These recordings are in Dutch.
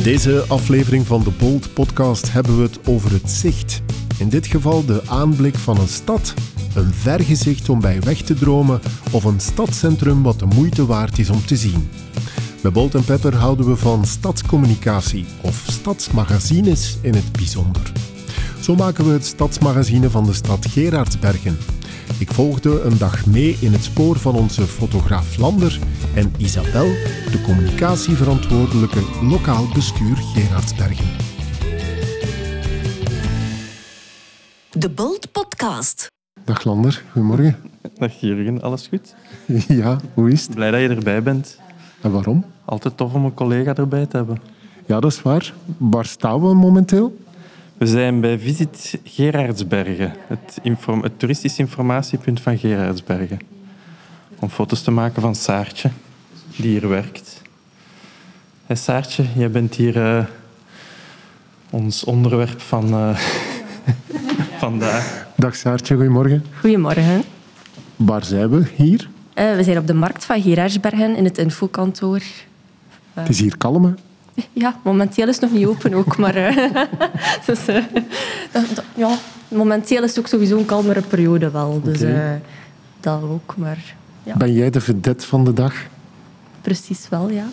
deze aflevering van de Bold podcast hebben we het over het zicht. In dit geval de aanblik van een stad, een vergezicht om bij weg te dromen of een stadscentrum wat de moeite waard is om te zien. Bij Bold & Pepper houden we van stadscommunicatie of stadsmagazines in het bijzonder. Zo maken we het stadsmagazine van de stad Gerardsbergen. Ik volgde een dag mee in het spoor van onze fotograaf Lander en Isabel, de communicatieverantwoordelijke lokaal bestuur Gerardsbergen. De Bold Podcast. Dag Lander, goedemorgen. Dag Jurgen, alles goed? Ja, hoe is het? Blij dat je erbij bent. En waarom? Altijd tof om een collega erbij te hebben. Ja, dat is waar. Waar staan we momenteel? We zijn bij Visit Gerardsbergen, het toeristisch informatiepunt van Gerardsbergen. Om foto's te maken van Saartje, die hier werkt. Hey Saartje, jij bent hier ons onderwerp van vandaag. Dag Saartje, goedemorgen. Goedemorgen. Waar zijn we hier? We zijn op de markt van Gerardsbergen in het infokantoor. Het is hier kalm, hè? Ja, momenteel is het nog niet open ook, maar dus, ja, momenteel is het ook sowieso een kalmere periode wel. Dus dat ook, maar ja. Ben jij de vedette van de dag? Precies wel, ja.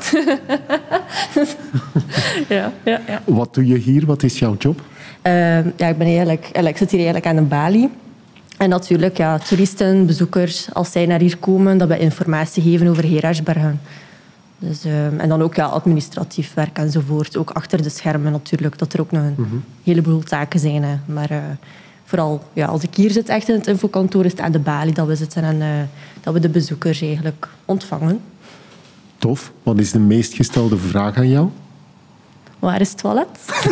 Ja. Ja. Wat doe je hier? Wat is jouw job? Ja, ik zit hier eigenlijk aan de balie. En natuurlijk, ja, toeristen, bezoekers, als zij naar hier komen, dat we informatie geven over Gerardsbergen. Dus, en dan ook administratief werk enzovoort. Ook achter de schermen natuurlijk, dat er ook nog een heleboel taken zijn. Hè. Maar vooral, ja, als ik hier zit echt in het infokantoor, is het aan de balie dat we zitten en dat we de bezoekers eigenlijk ontvangen. Tof. Wat is de meest gestelde vraag aan jou? Waar is het toilet?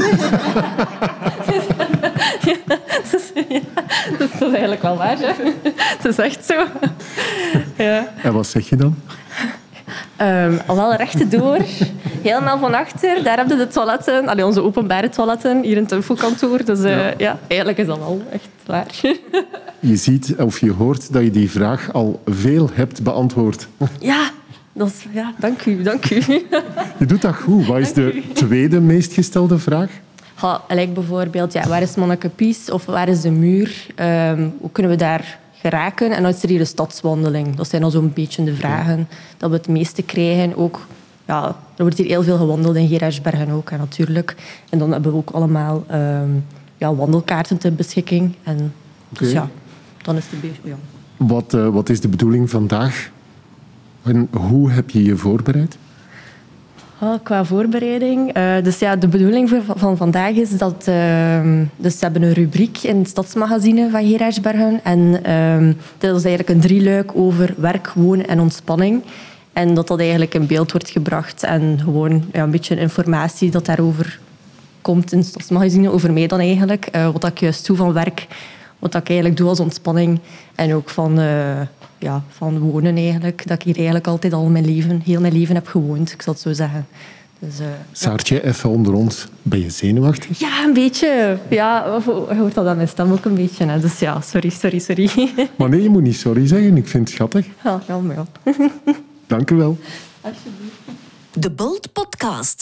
Dat is eigenlijk wel waar. Hè? Het is echt zo. Ja. En wat zeg je dan? Al wel rechtdoor, helemaal van achter. Daar hebben we de toiletten, onze openbare toiletten, hier in het infokantoor. Dus ja, eigenlijk is dat wel echt waar. Je ziet of je hoort dat je die vraag al veel hebt beantwoord. Ja, dank u. Je doet dat goed. Wat is de tweede meest gestelde vraag? Like bijvoorbeeld, ja, waar is Manneke Pies of waar is de muur? Hoe kunnen we daar geraken? En dan is er hier de stadswandeling. Dat zijn al zo'n beetje de vragen dat we het meeste krijgen. Ook, ja, er wordt hier heel veel gewandeld in Gerardsbergen ook, natuurlijk. En dan hebben we ook allemaal wandelkaarten ter beschikking. En dus ja, dan is het een beetje... Ja. Wat is de bedoeling vandaag? En hoe heb je je voorbereid? Qua voorbereiding. Dus ja, de bedoeling van vandaag is dat... dus ze hebben een rubriek in het stadsmagazine van Gerardsbergen. En dat is eigenlijk een drieluik over werk, wonen en ontspanning. En dat eigenlijk in beeld wordt gebracht. En gewoon een beetje informatie dat daarover komt in het stadsmagazine. Over mij dan eigenlijk. Wat ik juist doe van werk. Wat ik eigenlijk doe als ontspanning. En ook van wonen eigenlijk. Dat ik hier eigenlijk altijd al heel mijn leven heb gewoond. Ik zal het zo zeggen. Dus, Saartje, even onder ons. Ben je zenuwachtig? Ja, een beetje. Ja, je hoort dat aan mijn stem ook een beetje. Hè. Dus ja, sorry. Maar nee, je moet niet sorry zeggen. Ik vind het schattig. Ja, maar ja. Dank u wel. Alsjeblieft. De Bold Podcast.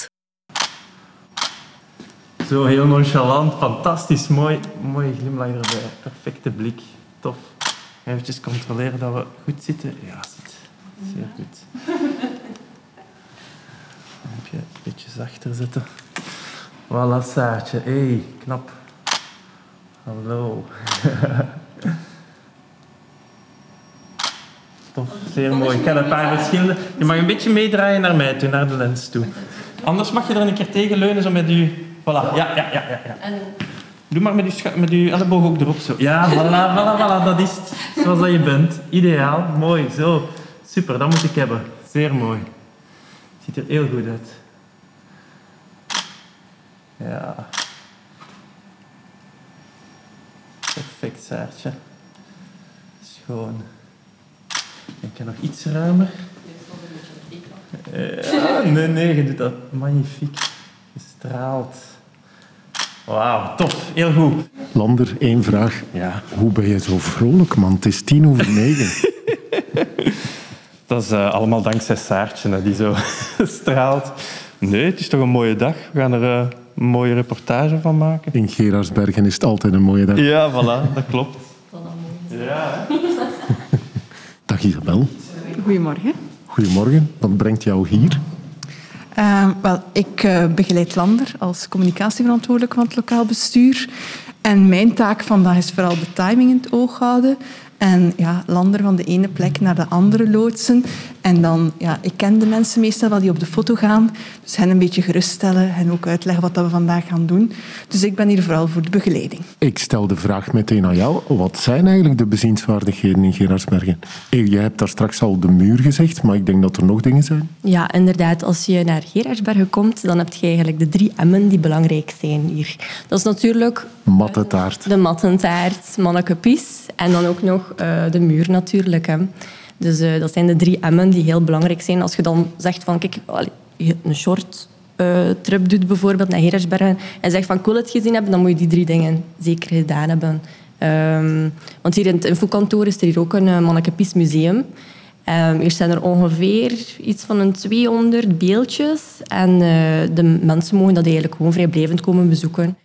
Zo, heel nonchalant, fantastisch, mooi glimlach erbij. Perfecte blik, tof. Even controleren dat we goed zitten. Ja, zit zeer goed. Een beetje zachter zetten. Voilà, Saartje. Hey, knap. Hallo. Tof, zeer mooi. Ik heb een paar verschillende... Je mag een beetje meedraaien naar mij toe, naar de lens toe. Anders mag je er een keer tegen leunen, zo met je... Voilà, ja. Doe maar met je elleboog ook erop. Zo. Ja, voilà, dat is het. Zoals dat je bent. Ideaal, mooi, zo. Super, dat moet ik hebben. Zeer mooi. Ziet er heel goed uit. Ja. Perfect, Saartje. Schoon. Ik kan nog iets ruimer. Nee, je doet dat magnifiek. Gestraald. Wauw, tof. Heel goed. Lander, één vraag. Ja. Hoe ben je zo vrolijk, man? Het is 9:10. Dat is allemaal dankzij Saartje, hè, die zo straalt. Nee, het is toch een mooie dag. We gaan er een mooie reportage van maken. In Geraardsbergen is het altijd een mooie dag. Ja, voilà, dat klopt. Ja. Dag Isabel. Goedemorgen. Goedemorgen. Wat brengt jou hier? Ik begeleid Lander als communicatieverantwoordelijk van het lokaal bestuur. En mijn taak vandaag is vooral de timing in het oog houden. En Lander van de ene plek naar de andere loodsen. En dan, ik ken de mensen meestal wel die op de foto gaan. Dus hen een beetje geruststellen en ook uitleggen wat we vandaag gaan doen. Dus ik ben hier vooral voor de begeleiding. Ik stel de vraag meteen aan jou. Wat zijn eigenlijk de bezienswaardigheden in Geraardsbergen? Je hebt daar straks al de muur gezegd, maar ik denk dat er nog dingen zijn. Ja, inderdaad. Als je naar Geraardsbergen komt, dan heb je eigenlijk de 3 M'en die belangrijk zijn hier. Dat is natuurlijk... Mattentaart. De mattentaart, Manneke-Pies en dan ook nog de muur natuurlijk. Hè. Dus dat zijn de 3 M'en die heel belangrijk zijn. Als je dan zegt van, kijk, een short trip doet bijvoorbeeld naar Geraardsbergen en zegt van, ik wil het gezien hebben, dan moet je die 3 dingen zeker gedaan hebben. Want hier in het infokantoor is er hier ook een Manneke-Pies museum. Hier zijn er ongeveer iets van een 200 beeldjes en de mensen mogen dat eigenlijk gewoon vrijblijvend komen bezoeken.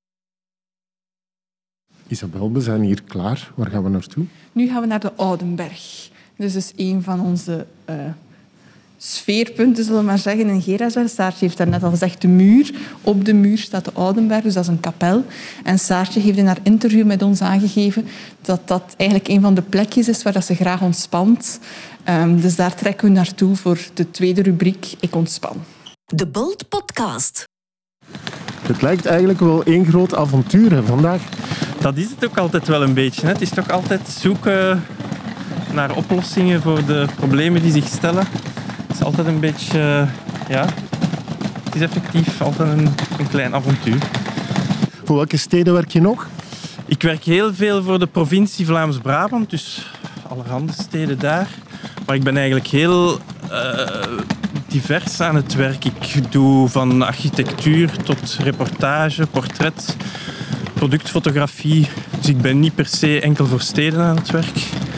Isabel, we zijn hier klaar. Waar gaan we naartoe? Nu gaan we naar de Oudenberg. Dus dat is een van onze sfeerpunten, zullen we maar zeggen, in Geraardsbergen. Saartje heeft daarnet al gezegd, de muur. Op de muur staat de Oudenberg, dus dat is een kapel. En Saartje heeft in haar interview met ons aangegeven dat dat eigenlijk een van de plekjes is waar ze graag ontspant. Dus daar trekken we naartoe voor de tweede rubriek, Ik ontspan. De Bold Podcast. Het lijkt eigenlijk wel één groot avontuur hè, vandaag. Dat is het ook altijd wel een beetje. Hè. Het is toch altijd zoeken naar oplossingen voor de problemen die zich stellen. Het is altijd een beetje... het is effectief altijd een klein avontuur. Voor welke steden werk je nog? Ik werk heel veel voor de provincie Vlaams-Brabant, dus allerhande steden daar. Maar ik ben eigenlijk heel divers aan het werk. Ik doe van architectuur tot reportage, portret, productfotografie. Dus ik ben niet per se enkel voor steden aan het werk.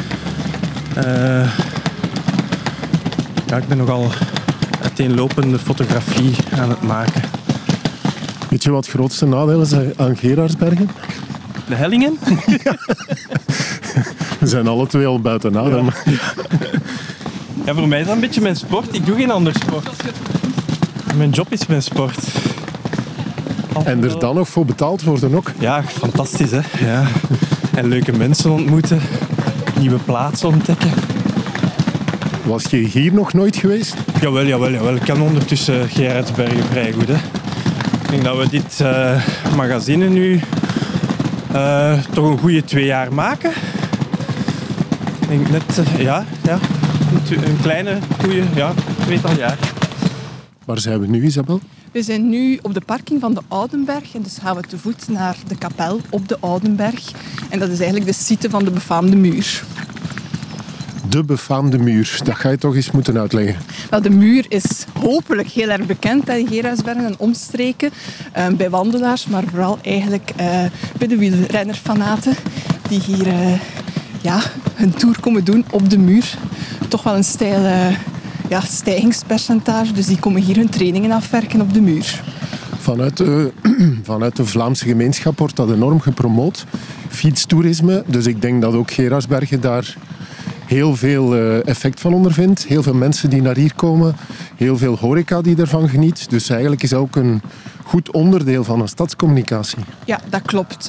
Ik ben nogal uiteenlopende fotografie aan het maken. Weet je wat het grootste nadeel is aan Geraardsbergen? De hellingen? We zijn alle twee al buiten adem. Ja, voor mij is dat een beetje mijn sport. Ik doe geen ander sport. Mijn job is mijn sport. En er dan nog voor betaald worden ook. Ja, fantastisch hè. Ja. En leuke mensen ontmoeten. Nieuwe plaatsen ontdekken. Was je hier nog nooit geweest? Jawel. Ik ken ondertussen Geraardsbergen vrij goed. Hè. Ik denk dat we dit magazine nu toch een goede 2 jaar maken. Ik denk net, een kleine goede, 2-tal jaar. Waar zijn we nu, Isabel? We zijn nu op de parking van de Oudenberg en dus gaan we te voet naar de kapel op de Oudenberg. En dat is eigenlijk de site van de befaamde muur. De befaamde muur, dat ga je toch eens moeten uitleggen. Wel, de muur is hopelijk heel erg bekend in Geraardsbergen en omstreken. Bij wandelaars, maar vooral eigenlijk bij de wielrennerfanaten die hier hun tour komen doen op de muur. Toch wel een steil stijgingspercentage, dus die komen hier hun trainingen afwerken op de muur. Vanuit de Vlaamse gemeenschap wordt dat enorm gepromoot. Fietstoerisme, dus ik denk dat ook Geraardsbergen daar heel veel effect van ondervindt. Heel veel mensen die naar hier komen. Heel veel horeca die ervan geniet. Dus eigenlijk is dat ook een goed onderdeel van een stadscommunicatie. Ja, dat klopt.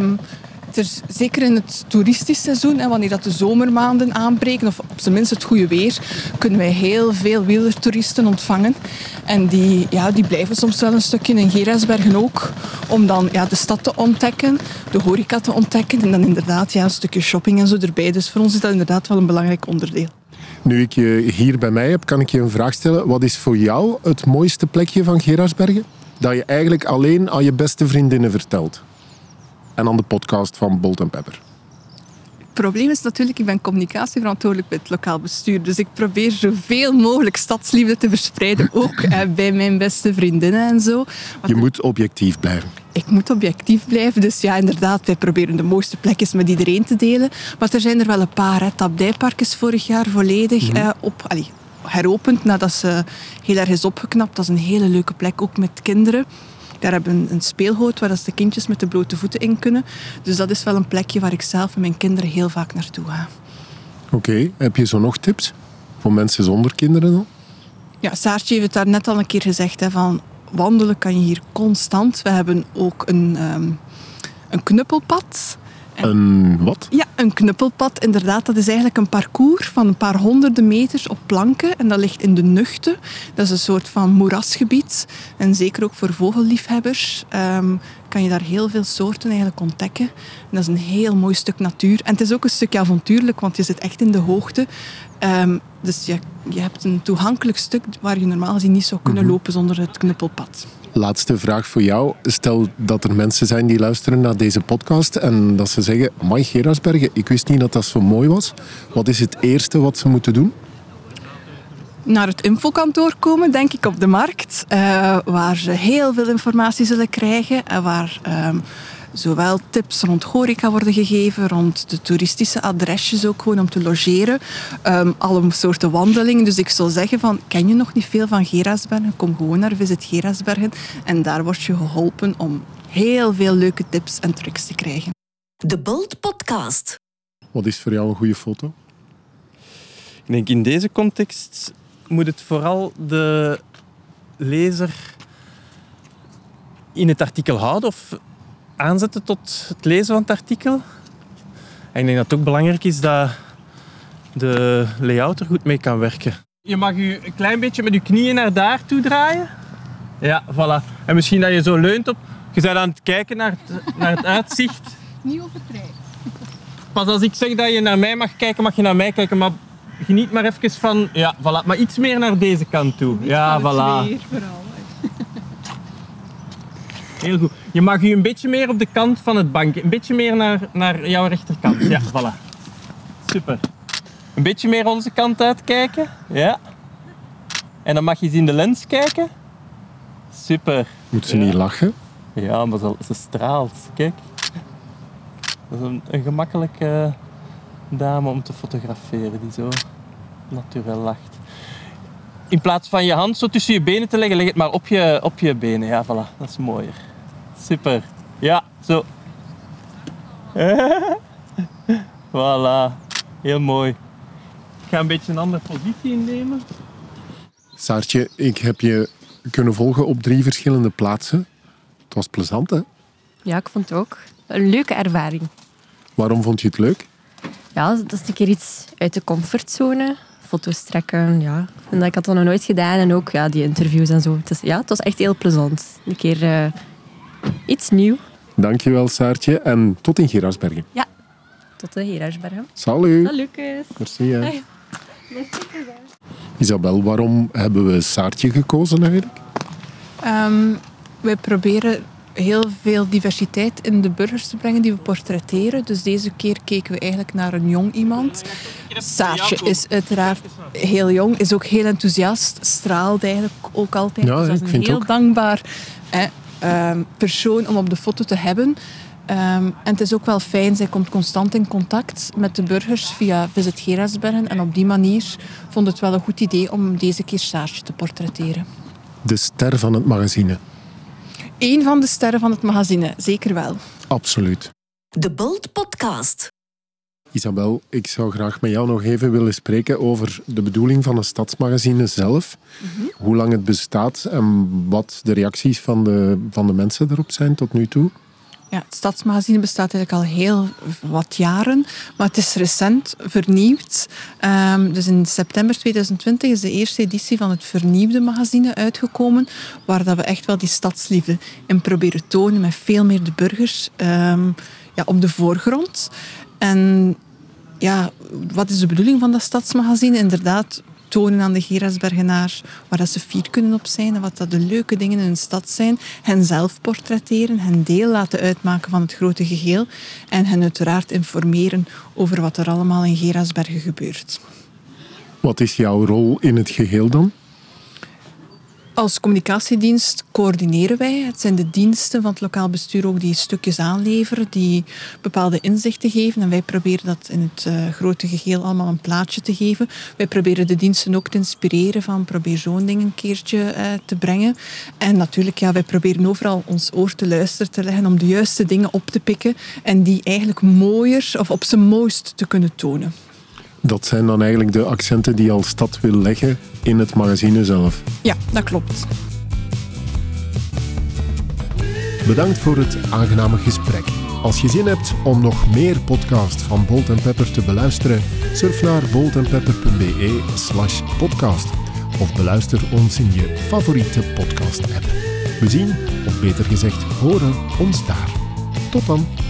Zeker in het toeristisch seizoen, wanneer dat de zomermaanden aanbreken, of op zijn minst het goede weer, kunnen wij heel veel wielertoeristen ontvangen. En die blijven soms wel een stukje in Geraardsbergen ook, om dan de stad te ontdekken, de horeca te ontdekken en dan inderdaad een stukje shopping en zo erbij. Dus voor ons is dat inderdaad wel een belangrijk onderdeel. Nu ik je hier bij mij heb, kan ik je een vraag stellen. Wat is voor jou het mooiste plekje van Geraardsbergen? Dat je eigenlijk alleen aan je beste vriendinnen vertelt? En aan de podcast van Bold & Pepper. Het probleem is natuurlijk, ik ben communicatieverantwoordelijk bij het lokaal bestuur. Dus ik probeer zoveel mogelijk stadsliefde te verspreiden, ook bij mijn beste vriendinnen en zo. Je moet objectief blijven. Ik moet objectief blijven, dus ja, inderdaad, wij proberen de mooiste plekjes met iedereen te delen. Maar er zijn er wel een paar. Het Abdijpark is vorig jaar volledig heropend nadat ze heel erg is opgeknapt. Dat is een hele leuke plek, ook met kinderen. Daar hebben we een speelgoot waar de kindjes met de blote voeten in kunnen. Dus dat is wel een plekje waar ik zelf met mijn kinderen heel vaak naartoe ga. Oké, heb je zo nog tips voor mensen zonder kinderen dan? Ja, Saartje heeft het daar net al een keer gezegd, hè, van wandelen kan je hier constant. We hebben ook een knuppelpad. Een wat? Ja, een knuppelpad. Inderdaad, dat is eigenlijk een parcours van een paar honderden meters op planken. En dat ligt in de Nuchte. Dat is een soort van moerasgebied. En zeker ook voor vogelliefhebbers kan je daar heel veel soorten eigenlijk ontdekken. En dat is een heel mooi stuk natuur. En het is ook een stukje avontuurlijk, want je zit echt in de hoogte. Dus je hebt een toegankelijk stuk waar je normaal gezien niet zou kunnen lopen zonder het knuppelpad. Laatste vraag voor jou. Stel dat er mensen zijn die luisteren naar deze podcast en dat ze zeggen, amai, Geraardsbergen, ik wist niet dat dat zo mooi was. Wat is het eerste wat ze moeten doen? Naar het infokantoor komen, denk ik, op de markt. Waar ze heel veel informatie zullen krijgen. En waar zowel tips rond horeca worden gegeven, rond de toeristische adresjes ook gewoon om te logeren. Alle soorten wandelingen. Dus ik zou zeggen van, ken je nog niet veel van Geraardsbergen? Kom gewoon naar Visit Geraardsbergen. En daar word je geholpen om heel veel leuke tips en tricks te krijgen. De Bold Podcast. Wat is voor jou een goede foto? Ik denk in deze context moet het vooral de lezer in het artikel houden of aanzetten tot het lezen van het artikel. En ik denk dat het ook belangrijk is dat de layout er goed mee kan werken. Je mag je een klein beetje met je knieën naar daar toe draaien. Ja, voilà. En misschien dat je zo leunt op. Je bent aan het kijken naar het uitzicht. Niet overdrijven. Pas als ik zeg dat je naar mij mag kijken, mag je naar mij kijken. Maar geniet maar even van... Ja, voilà. Maar iets meer naar deze kant toe. Ja, voilà. Heel goed. Je mag je een beetje meer op de kant van het bankje. Een beetje meer naar jouw rechterkant. Ja, voilà. Super. Een beetje meer onze kant uitkijken. Ja. En dan mag je eens in de lens kijken. Super. Moet ze niet lachen? Ja, maar ze straalt. Kijk. Dat is een gemakkelijke dame om te fotograferen die zo natuurlijk lacht. In plaats van je hand zo tussen je benen te leggen, leg het maar op je benen. Ja, voilà. Dat is mooier. Super. Ja, zo. Voilà. Heel mooi. Ik ga een beetje een andere positie innemen. Saartje, ik heb je kunnen volgen op 3 verschillende plaatsen. Het was plezant, hè? Ja, ik vond het ook een leuke ervaring. Waarom vond je het leuk? Ja, dat is een keer iets uit de comfortzone. Foto's trekken, ja. En ik had dat nog nooit gedaan. En ook ja, die interviews en zo. Het was echt heel plezant. Een keer iets nieuw. Dankjewel, Saartje. En tot in Geraardsbergen. Ja, tot de Geraardsbergen. Salut. Salut, Lucas. Merci. Hè. Isabel, waarom hebben we Saartje gekozen eigenlijk? Wij proberen heel veel diversiteit in de burgers te brengen die we portretteren. Dus deze keer keken we eigenlijk naar een jong iemand. Saartje is uiteraard heel jong, is ook heel enthousiast, straalt eigenlijk ook altijd. Ja, dus dat ik is vind een heel ook. dankbaar persoon om op de foto te hebben. En het is ook wel fijn, zij komt constant in contact met de burgers via Visit Geraardsbergen. En op die manier vond het wel een goed idee om deze keer Saartje te portretteren. De ster van het magazine. Eén van de sterren van het magazine, zeker wel. Absoluut. De Bold Podcast. Isabel, ik zou graag met jou nog even willen spreken over de bedoeling van een stadsmagazine zelf. Hoe lang het bestaat en wat de reacties van de mensen erop zijn tot nu toe. Ja, het Stadsmagazine bestaat eigenlijk al heel wat jaren, maar het is recent vernieuwd. Dus in september 2020 is de eerste editie van het vernieuwde magazine uitgekomen, waar dat we echt wel die stadsliefde in proberen tonen met veel meer de burgers op de voorgrond. En ja, wat is de bedoeling van dat Stadsmagazine? Inderdaad, tonen aan de Geraardsbergenaar waar dat ze fier kunnen op zijn en wat dat de leuke dingen in een stad zijn. Hen zelf portretteren, hen deel laten uitmaken van het grote geheel en hen uiteraard informeren over wat er allemaal in Geraardsbergen gebeurt. Wat is jouw rol in het geheel dan? Als communicatiedienst coördineren wij. Het zijn de diensten van het lokaal bestuur ook die stukjes aanleveren, die bepaalde inzichten geven. En wij proberen dat in het grote geheel allemaal een plaatje te geven. Wij proberen de diensten ook te inspireren van probeer zo'n ding een keertje te brengen. En natuurlijk, wij proberen overal ons oor te luisteren te leggen om de juiste dingen op te pikken en die eigenlijk mooier of op zijn mooist te kunnen tonen. Dat zijn dan eigenlijk de accenten die je als stad wil leggen in het magazine zelf. Ja, dat klopt. Bedankt voor het aangename gesprek. Als je zin hebt om nog meer podcasts van Bold & Pepper te beluisteren, surf naar boldandpepper.be/podcast of beluister ons in je favoriete podcast-app. We zien, of beter gezegd horen, ons daar. Tot dan!